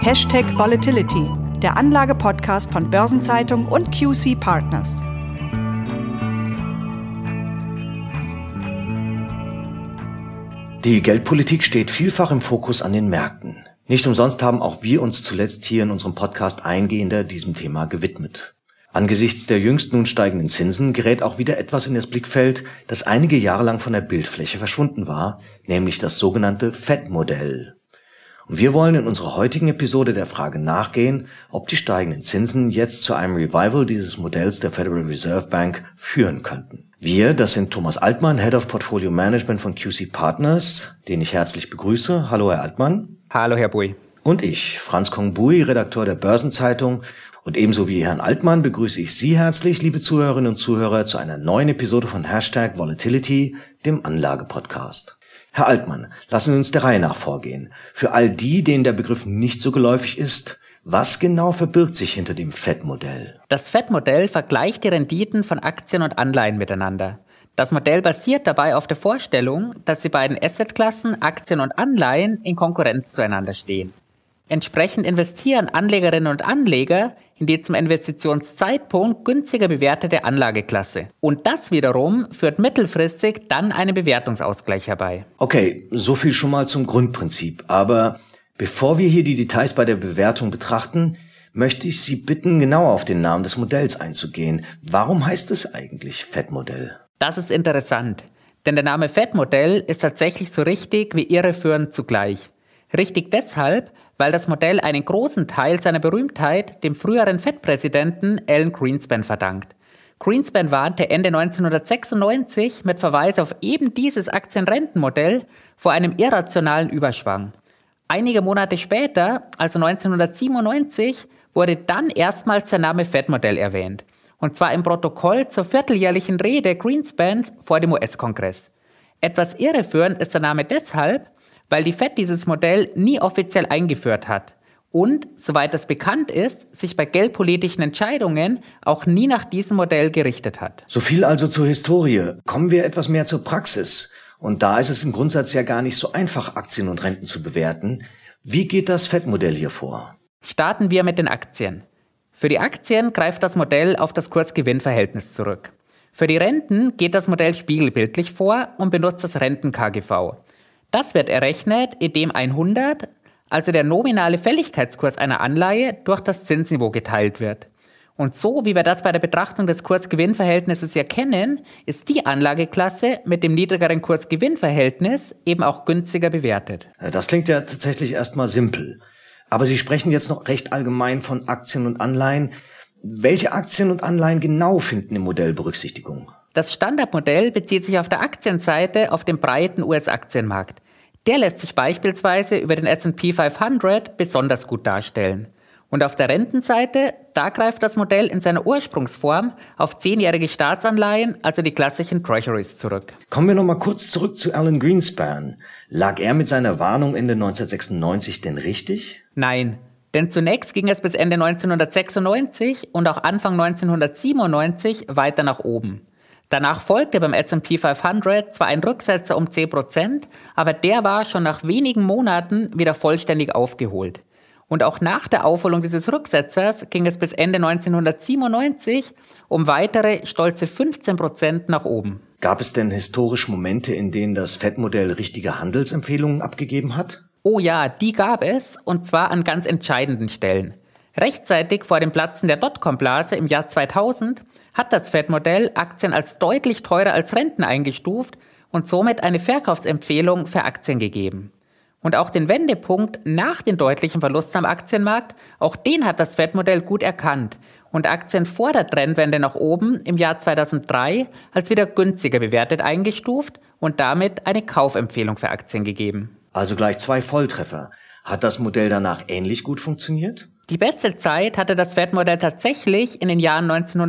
#Volatility, der Anlage-Podcast von Börsenzeitung und QC Partners. Die Geldpolitik steht vielfach im Fokus an den Märkten. Nicht umsonst haben auch wir uns zuletzt hier in unserem Podcast eingehender diesem Thema gewidmet. Angesichts der jüngst nun steigenden Zinsen gerät auch wieder etwas in das Blickfeld, das einige Jahre lang von der Bildfläche verschwunden war, nämlich das sogenannte Fed-Modell. Und wir wollen in unserer heutigen Episode der Frage nachgehen, ob die steigenden Zinsen jetzt zu einem Revival dieses Modells der Federal Reserve Bank führen könnten. Wir, das sind Thomas Altmann, Head of Portfolio Management von QC Partners, den ich herzlich begrüße. Hallo, Herr Altmann. Hallo, Herr Bui. Und ich, Franz Kong-Bui, Redakteur der Börsenzeitung. Und ebenso wie Herrn Altmann begrüße ich Sie herzlich, liebe Zuhörerinnen und Zuhörer, zu einer neuen Episode von #Volatility, dem Anlage-Podcast. Herr Altmann, lassen Sie uns der Reihe nach vorgehen. Für all die, denen der Begriff nicht so geläufig ist, was genau verbirgt sich hinter dem Fed-Modell? Das Fed-Modell vergleicht die Renditen von Aktien und Anleihen miteinander. Das Modell basiert dabei auf der Vorstellung, dass die beiden Assetklassen, Aktien und Anleihen, in Konkurrenz zueinander stehen. Entsprechend investieren Anlegerinnen und Anleger in die zum Investitionszeitpunkt günstiger bewertete Anlageklasse. Und das wiederum führt mittelfristig dann einen Bewertungsausgleich herbei. Okay, so viel schon mal zum Grundprinzip. Aber bevor wir hier die Details bei der Bewertung betrachten, möchte ich Sie bitten, genau auf den Namen des Modells einzugehen. Warum heißt es eigentlich Fed-Modell? Das ist interessant, denn der Name Fed-Modell ist tatsächlich so richtig wie irreführend zugleich. Richtig deshalb, weil das Modell einen großen Teil seiner Berühmtheit dem früheren Fed-Präsidenten Alan Greenspan verdankt. Greenspan warnte Ende 1996 mit Verweis auf eben dieses Aktienrentenmodell vor einem irrationalen Überschwang. Einige Monate später, also 1997, wurde dann erstmals der Name Fed-Modell erwähnt. Und zwar im Protokoll zur vierteljährlichen Rede Greenspans vor dem US-Kongress. Etwas irreführend ist der Name deshalb, weil die Fed dieses Modell nie offiziell eingeführt hat und, soweit das bekannt ist, sich bei geldpolitischen Entscheidungen auch nie nach diesem Modell gerichtet hat. So viel also zur Historie. Kommen wir etwas mehr zur Praxis. Und da ist es im Grundsatz ja gar nicht so einfach, Aktien und Renten zu bewerten. Wie geht das Fed-Modell hier vor? Starten wir mit den Aktien. Für die Aktien greift das Modell auf das Kurs-Gewinn-Verhältnis zurück. Für die Renten geht das Modell spiegelbildlich vor und benutzt das Renten-KGV. Das wird errechnet, indem 100, also der nominale Fälligkeitskurs einer Anleihe, durch das Zinsniveau geteilt wird. Und so, wie wir das bei der Betrachtung des Kurs-Gewinn-Verhältnisses ja kennen, ist die Anlageklasse mit dem niedrigeren Kurs-Gewinn-Verhältnis eben auch günstiger bewertet. Das klingt ja tatsächlich erstmal simpel. Aber Sie sprechen jetzt noch recht allgemein von Aktien und Anleihen. Welche Aktien und Anleihen genau finden im Modell Berücksichtigung? Das Standardmodell bezieht sich auf der Aktienseite auf den breiten US-Aktienmarkt. Der lässt sich beispielsweise über den S&P 500 besonders gut darstellen. Und auf der Rentenseite, da greift das Modell in seiner Ursprungsform auf 10-jährige Staatsanleihen, also die klassischen Treasuries, zurück. Kommen wir noch mal kurz zurück zu Alan Greenspan. Lag er mit seiner Warnung Ende 1996 denn richtig? Nein, denn zunächst ging es bis Ende 1996 und auch Anfang 1997 weiter nach oben. Danach folgte beim S&P 500 zwar ein Rücksetzer um 10%, aber der war schon nach wenigen Monaten wieder vollständig aufgeholt. Und auch nach der Aufholung dieses Rücksetzers ging es bis Ende 1997 um weitere stolze 15% nach oben. Gab es denn historische Momente, in denen das Fed-Modell richtige Handelsempfehlungen abgegeben hat? Oh ja, die gab es, und zwar an ganz entscheidenden Stellen. Rechtzeitig vor dem Platzen der Dotcom-Blase im Jahr 2000 hat das Fed-Modell Aktien als deutlich teurer als Renten eingestuft und somit eine Verkaufsempfehlung für Aktien gegeben. Und auch den Wendepunkt nach den deutlichen Verlusten am Aktienmarkt, auch den hat das Fed-Modell gut erkannt und Aktien vor der Trendwende nach oben im Jahr 2003 als wieder günstiger bewertet eingestuft und damit eine Kaufempfehlung für Aktien gegeben. Also gleich 2 Volltreffer. Hat das Modell danach ähnlich gut funktioniert? Die beste Zeit hatte das Fed-Modell tatsächlich in den Jahren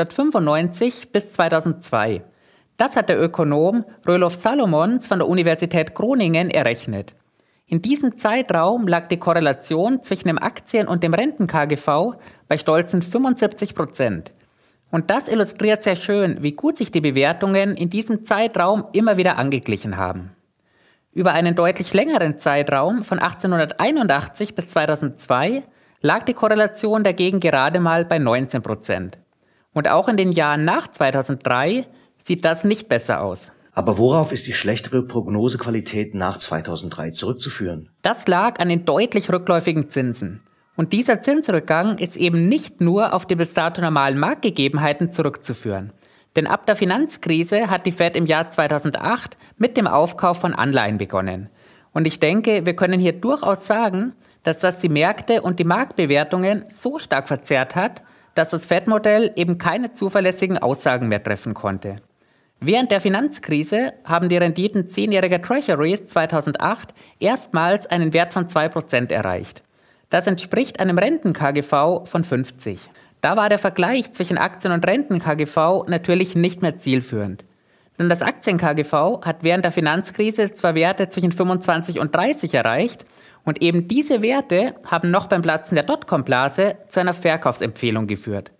1995 bis 2002. Das hat der Ökonom Roelof Salomons von der Universität Groningen errechnet. In diesem Zeitraum lag die Korrelation zwischen dem Aktien- und dem Renten-KGV bei stolzen 75%. Und das illustriert sehr schön, wie gut sich die Bewertungen in diesem Zeitraum immer wieder angeglichen haben. Über einen deutlich längeren Zeitraum von 1881 bis 2002 lag die Korrelation dagegen gerade mal bei 19%. Und auch in den Jahren nach 2003 sieht das nicht besser aus. Aber worauf ist die schlechtere Prognosequalität nach 2003 zurückzuführen? Das lag an den deutlich rückläufigen Zinsen. Und dieser Zinsrückgang ist eben nicht nur auf die bis dato normalen Marktgegebenheiten zurückzuführen. Denn ab der Finanzkrise hat die Fed im Jahr 2008 mit dem Aufkauf von Anleihen begonnen. Und ich denke, wir können hier durchaus sagen, dass das die Märkte und die Marktbewertungen so stark verzerrt hat, dass das Fed-Modell eben keine zuverlässigen Aussagen mehr treffen konnte. Während der Finanzkrise haben die Renditen 10-jähriger Treasuries 2008 erstmals einen Wert von 2% erreicht. Das entspricht einem Renten-KGV von 50. Da war der Vergleich zwischen Aktien- und Renten-KGV natürlich nicht mehr zielführend. Denn das Aktien-KGV hat während der Finanzkrise zwar Werte zwischen 25 und 30 erreicht und eben diese Werte haben noch beim Platzen der Dotcom-Blase zu einer Verkaufsempfehlung geführt.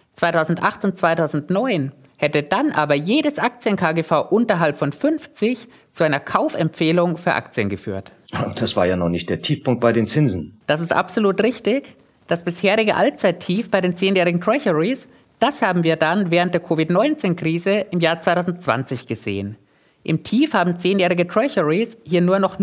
2008 und 2009 hätte dann aber jedes Aktien-KGV unterhalb von 50 zu einer Kaufempfehlung für Aktien geführt. Das war ja noch nicht der Tiefpunkt bei den Zinsen. Das ist absolut richtig. Das bisherige Allzeittief bei den 10-jährigen Treasuries, das haben wir dann während der Covid-19-Krise im Jahr 2020 gesehen. Im Tief haben 10-jährige Treasuries hier nur noch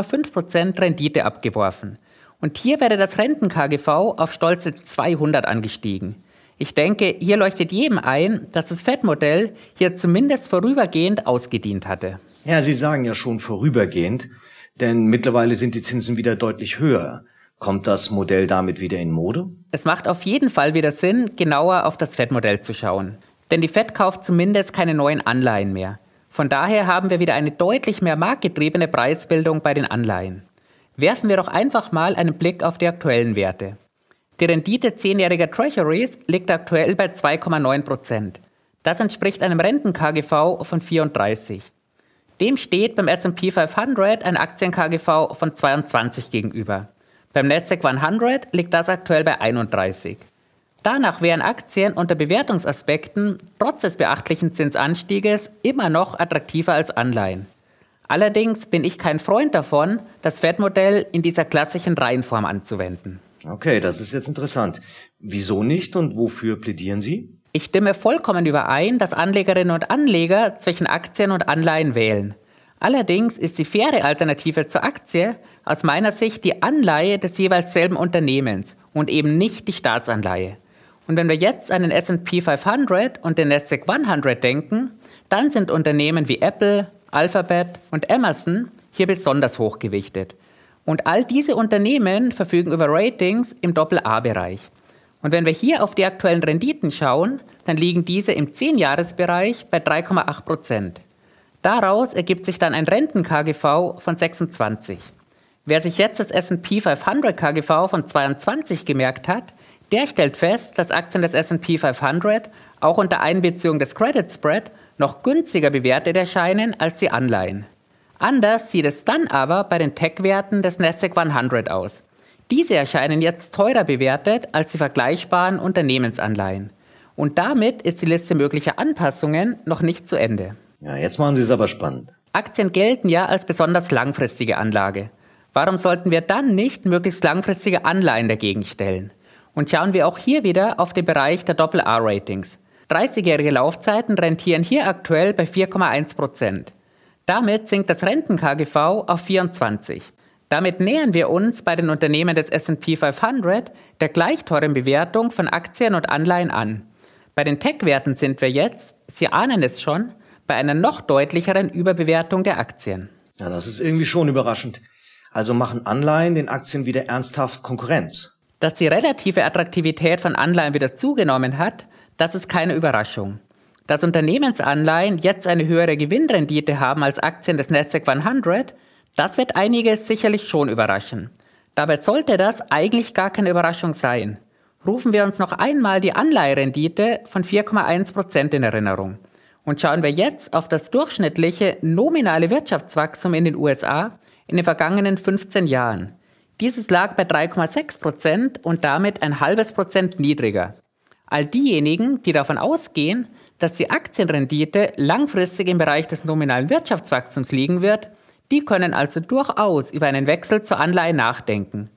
0,5% Rendite abgeworfen. Und hier wäre das Renten-KGV auf stolze 200 angestiegen. Ich denke, hier leuchtet jedem ein, dass das Fed-Modell hier zumindest vorübergehend ausgedient hatte. Ja, Sie sagen ja schon vorübergehend, denn mittlerweile sind die Zinsen wieder deutlich höher. Kommt das Modell damit wieder in Mode? Es macht auf jeden Fall wieder Sinn, genauer auf das Fed-Modell zu schauen. Denn die Fed kauft zumindest keine neuen Anleihen mehr. Von daher haben wir wieder eine deutlich mehr marktgetriebene Preisbildung bei den Anleihen. Werfen wir doch einfach mal einen Blick auf die aktuellen Werte. Die Rendite 10-jähriger Treasuries liegt aktuell bei 2,9%. Das entspricht einem Renten-KGV von 34. Dem steht beim S&P 500 ein Aktien-KGV von 22 gegenüber. Beim Nasdaq 100 liegt das aktuell bei 31. Danach wären Aktien unter Bewertungsaspekten trotz des beachtlichen Zinsanstieges immer noch attraktiver als Anleihen. Allerdings bin ich kein Freund davon, das Fed-Modell in dieser klassischen Reihenform anzuwenden. Okay, das ist jetzt interessant. Wieso nicht und wofür plädieren Sie? Ich stimme vollkommen überein, dass Anlegerinnen und Anleger zwischen Aktien und Anleihen wählen. Allerdings ist die faire Alternative zur Aktie aus meiner Sicht die Anleihe des jeweils selben Unternehmens und eben nicht die Staatsanleihe. Und wenn wir jetzt an den S&P 500 und den Nasdaq 100 denken, dann sind Unternehmen wie Apple, Alphabet und Amazon hier besonders hochgewichtet. Und all diese Unternehmen verfügen über Ratings im Doppel-A-Bereich. Und wenn wir hier auf die aktuellen Renditen schauen, dann liegen diese im 10-Jahres-Bereich bei 3,8%. Daraus ergibt sich dann ein Renten-KGV von 26. Wer sich jetzt das S&P 500 KGV von 22 gemerkt hat, der stellt fest, dass Aktien des S&P 500 auch unter Einbeziehung des Credit Spread noch günstiger bewertet erscheinen als die Anleihen. Anders sieht es dann aber bei den Tech-Werten des Nasdaq 100 aus. Diese erscheinen jetzt teurer bewertet als die vergleichbaren Unternehmensanleihen. Und damit ist die Liste möglicher Anpassungen noch nicht zu Ende. Ja, jetzt machen Sie es aber spannend. Aktien gelten ja als besonders langfristige Anlage. Warum sollten wir dann nicht möglichst langfristige Anleihen dagegen stellen? Und schauen wir auch hier wieder auf den Bereich der Doppel-A-Ratings. 30-jährige Laufzeiten rentieren hier aktuell bei 4,1%. Damit sinkt das Renten-KGV auf 24. Damit nähern wir uns bei den Unternehmen des S&P 500 der gleich teuren Bewertung von Aktien und Anleihen an. Bei den Tech-Werten sind wir jetzt, Sie ahnen es schon, bei einer noch deutlicheren Überbewertung der Aktien. Ja, das ist irgendwie schon überraschend. Also machen Anleihen den Aktien wieder ernsthaft Konkurrenz. Dass die relative Attraktivität von Anleihen wieder zugenommen hat, das ist keine Überraschung. Dass Unternehmensanleihen jetzt eine höhere Gewinnrendite haben als Aktien des Nasdaq 100, das wird einige sicherlich schon überraschen. Dabei sollte das eigentlich gar keine Überraschung sein. Rufen wir uns noch einmal die Anleiherendite von 4,1% in Erinnerung. Und schauen wir jetzt auf das durchschnittliche nominale Wirtschaftswachstum in den USA in den vergangenen 15 Jahren. Dieses lag bei 3,6% und damit ein halbes Prozent niedriger. All diejenigen, die davon ausgehen, dass die Aktienrendite langfristig im Bereich des nominalen Wirtschaftswachstums liegen wird, die können also durchaus über einen Wechsel zur Anleihe nachdenken.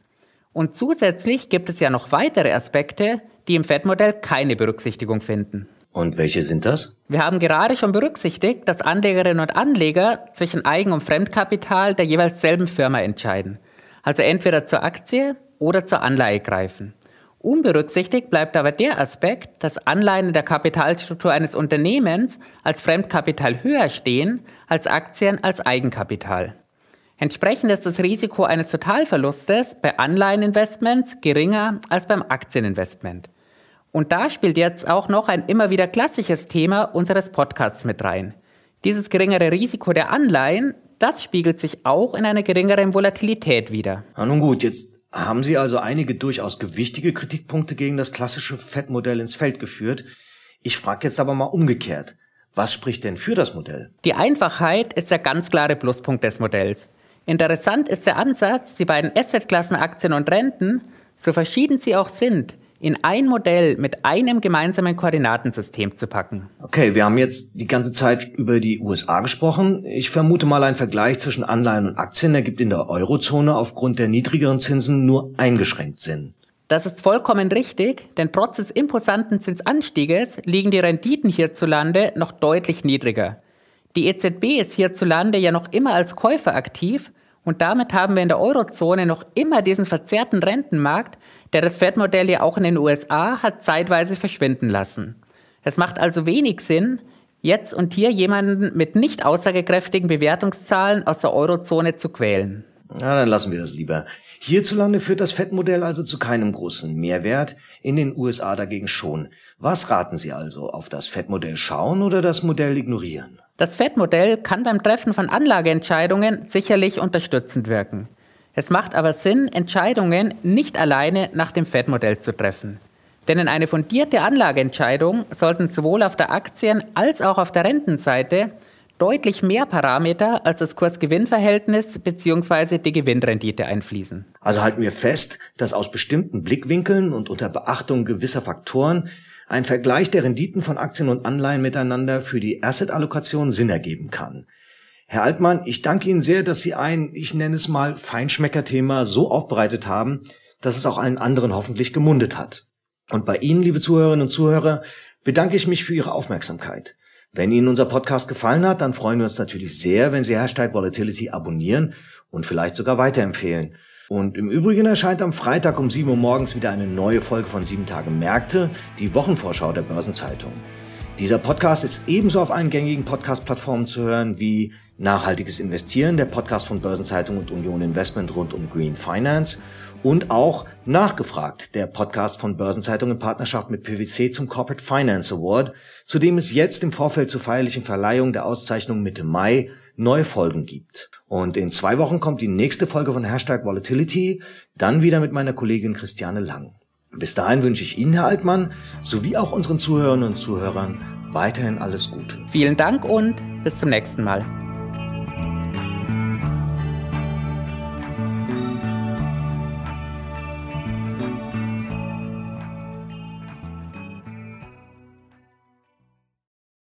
Und zusätzlich gibt es ja noch weitere Aspekte, die im FED-Modell keine Berücksichtigung finden. Und welche sind das? Wir haben gerade schon berücksichtigt, dass Anlegerinnen und Anleger zwischen Eigen- und Fremdkapital der jeweils selben Firma entscheiden. Also entweder zur Aktie oder zur Anleihe greifen. Unberücksichtigt bleibt aber der Aspekt, dass Anleihen in der Kapitalstruktur eines Unternehmens als Fremdkapital höher stehen als Aktien als Eigenkapital. Entsprechend ist das Risiko eines Totalverlustes bei Anleiheninvestments geringer als beim Aktieninvestment. Und da spielt jetzt auch noch ein immer wieder klassisches Thema unseres Podcasts mit rein. Dieses geringere Risiko der Anleihen, das spiegelt sich auch in einer geringeren Volatilität wider. Na nun gut, jetzt haben Sie also einige durchaus gewichtige Kritikpunkte gegen das klassische FED-Modell ins Feld geführt. Ich frage jetzt aber mal umgekehrt. Was spricht denn für das Modell? Die Einfachheit ist der ganz klare Pluspunkt des Modells. Interessant ist der Ansatz, die beiden Assetklassen Aktien und Renten, so verschieden sie auch sind, in ein Modell mit einem gemeinsamen Koordinatensystem zu packen. Okay, wir haben jetzt die ganze Zeit über die USA gesprochen. Ich vermute mal, ein Vergleich zwischen Anleihen und Aktien ergibt in der Eurozone aufgrund der niedrigeren Zinsen nur eingeschränkt Sinn. Das ist vollkommen richtig, denn trotz des imposanten Zinsanstieges liegen die Renditen hierzulande noch deutlich niedriger. Die EZB ist hierzulande ja noch immer als Käufer aktiv und damit haben wir in der Eurozone noch immer diesen verzerrten Rentenmarkt, der das FED-Modell ja auch in den USA hat zeitweise verschwinden lassen. Es macht also wenig Sinn, jetzt und hier jemanden mit nicht aussagekräftigen Bewertungszahlen aus der Eurozone zu quälen. Na, dann lassen wir das lieber. Hierzulande führt das FED-Modell also zu keinem großen Mehrwert, in den USA dagegen schon. Was raten Sie also, auf das FED-Modell schauen oder das Modell ignorieren? Das FED-Modell kann beim Treffen von Anlageentscheidungen sicherlich unterstützend wirken. Es macht aber Sinn, Entscheidungen nicht alleine nach dem FED-Modell zu treffen. Denn in eine fundierte Anlageentscheidung sollten sowohl auf der Aktien- als auch auf der Rentenseite deutlich mehr Parameter als das Kurs-Gewinn-Verhältnis bzw. die Gewinnrendite einfließen. Also halten wir fest, dass aus bestimmten Blickwinkeln und unter Beachtung gewisser Faktoren ein Vergleich der Renditen von Aktien und Anleihen miteinander für die Asset-Allokation Sinn ergeben kann. Herr Altmann, ich danke Ihnen sehr, dass Sie ein, ich nenne es mal, Feinschmecker-Thema so aufbereitet haben, dass es auch allen anderen hoffentlich gemundet hat. Und bei Ihnen, liebe Zuhörerinnen und Zuhörer, bedanke ich mich für Ihre Aufmerksamkeit. Wenn Ihnen unser Podcast gefallen hat, dann freuen wir uns natürlich sehr, wenn Sie #Volatility abonnieren und vielleicht sogar weiterempfehlen. Und im Übrigen erscheint am Freitag um 7 Uhr morgens wieder eine neue Folge von 7 Tage Märkte, die Wochenvorschau der Börsenzeitung. Dieser Podcast ist ebenso auf allen gängigen Podcast-Plattformen zu hören wie Nachhaltiges Investieren, der Podcast von Börsenzeitung und Union Investment rund um Green Finance und auch Nachgefragt, der Podcast von Börsenzeitung in Partnerschaft mit PwC zum Corporate Finance Award, zu dem es jetzt im Vorfeld zur feierlichen Verleihung der Auszeichnung Mitte Mai neue Folgen gibt. Und in 2 Wochen kommt die nächste Folge von #Volatility, dann wieder mit meiner Kollegin Christiane Lang. Bis dahin wünsche ich Ihnen, Herr Altmann, sowie auch unseren Zuhörerinnen und Zuhörern weiterhin alles Gute. Vielen Dank und bis zum nächsten Mal.